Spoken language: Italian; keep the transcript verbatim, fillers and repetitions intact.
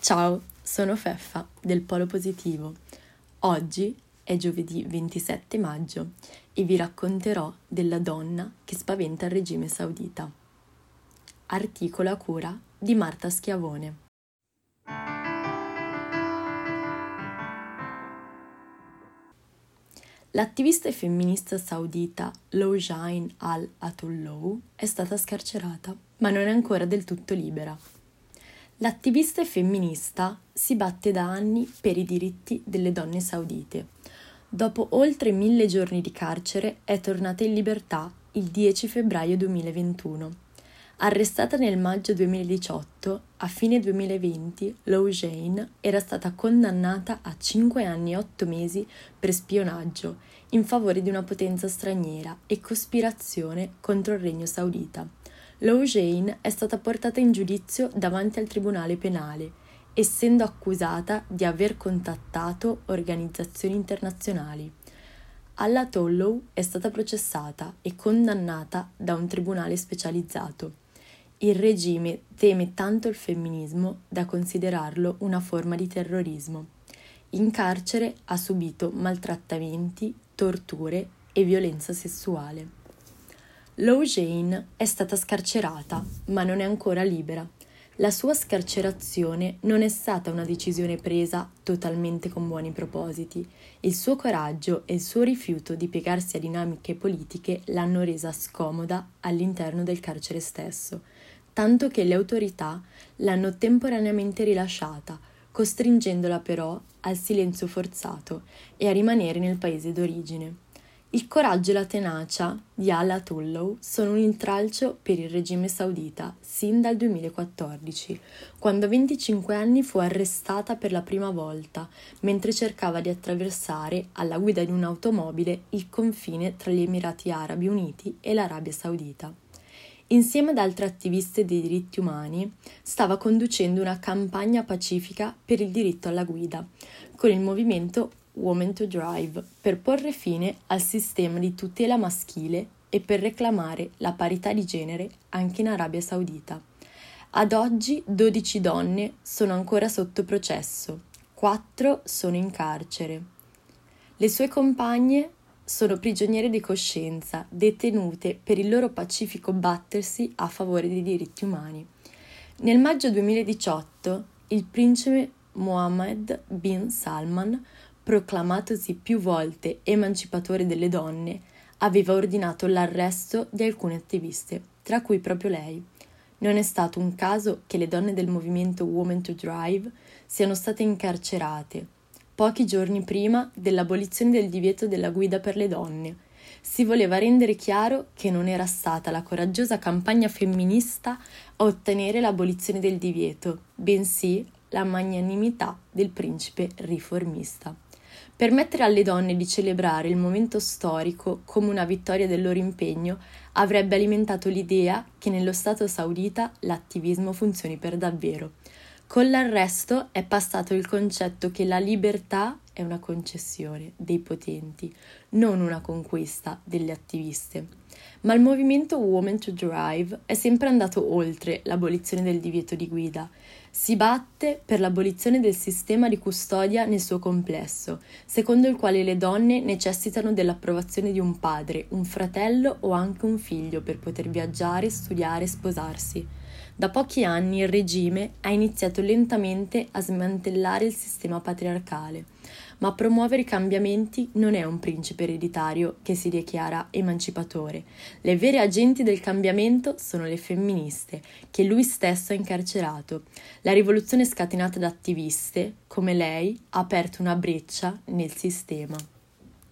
Ciao, sono Feffa del Polo Positivo. Oggi è giovedì ventisette maggio e vi racconterò della donna che spaventa il regime saudita. Articolo a cura di Marta Schiavone. L'attivista e femminista saudita Loujain al-Atollou è stata scarcerata, ma non è ancora del tutto libera. L'attivista e femminista si batte da anni per i diritti delle donne saudite. Dopo oltre mille giorni di carcere è tornata in libertà il dieci febbraio duemilaventuno. Arrestata nel maggio duemiladiciotto, a fine duemilaventi Loujain era stata condannata a cinque anni e otto mesi per spionaggio in favore di una potenza straniera e cospirazione contro il regno saudita. Loujain è stata portata in giudizio davanti al tribunale penale, essendo accusata di aver contattato organizzazioni internazionali. Al-Atollou è stata processata e condannata da un tribunale specializzato. Il regime teme tanto il femminismo da considerarlo una forma di terrorismo. In carcere ha subito maltrattamenti, torture e violenza sessuale. Loujain è stata scarcerata, ma non è ancora libera. La sua scarcerazione non è stata una decisione presa totalmente con buoni propositi. Il suo coraggio e il suo rifiuto di piegarsi a dinamiche politiche l'hanno resa scomoda all'interno del carcere stesso, tanto che le autorità l'hanno temporaneamente rilasciata, costringendola però al silenzio forzato e a rimanere nel paese d'origine. Il coraggio e la tenacia di Al-Atollou sono un intralcio per il regime saudita sin dal duemilaquattordici, quando a venticinque anni fu arrestata per la prima volta mentre cercava di attraversare alla guida di un'automobile il confine tra gli Emirati Arabi Uniti e l'Arabia Saudita. Insieme ad altre attiviste dei diritti umani, stava conducendo una campagna pacifica per il diritto alla guida, con il movimento Women to Drive, per porre fine al sistema di tutela maschile e per reclamare la parità di genere anche in Arabia Saudita. Ad oggi dodici donne sono ancora sotto processo, quattro sono in carcere. Le sue compagne sono prigioniere di coscienza, detenute per il loro pacifico battersi a favore dei diritti umani. Nel maggio duemiladiciotto il principe Mohammed bin Salman, proclamatosi più volte emancipatore delle donne, aveva ordinato l'arresto di alcune attiviste, tra cui proprio lei. Non è stato un caso che le donne del movimento Women to Drive siano state incarcerate pochi giorni prima dell'abolizione del divieto della guida per le donne. Si voleva rendere chiaro che non era stata la coraggiosa campagna femminista a ottenere l'abolizione del divieto, bensì la magnanimità del principe riformista. Permettere alle donne di celebrare il momento storico come una vittoria del loro impegno avrebbe alimentato l'idea che nello Stato saudita l'attivismo funzioni per davvero. Con l'arresto è passato il concetto che la libertà è una concessione dei potenti, non una conquista delle attiviste. Ma il movimento Women to Drive è sempre andato oltre l'abolizione del divieto di guida. Si batte per l'abolizione del sistema di custodia nel suo complesso, secondo il quale le donne necessitano dell'approvazione di un padre, un fratello o anche un figlio per poter viaggiare, studiare e sposarsi. Da pochi anni il regime ha iniziato lentamente a smantellare il sistema patriarcale, ma a promuovere i cambiamenti non è un principe ereditario che si dichiara emancipatore. Le vere agenti del cambiamento sono le femministe, che lui stesso ha incarcerato. La rivoluzione scatenata da attiviste, come lei, ha aperto una breccia nel sistema.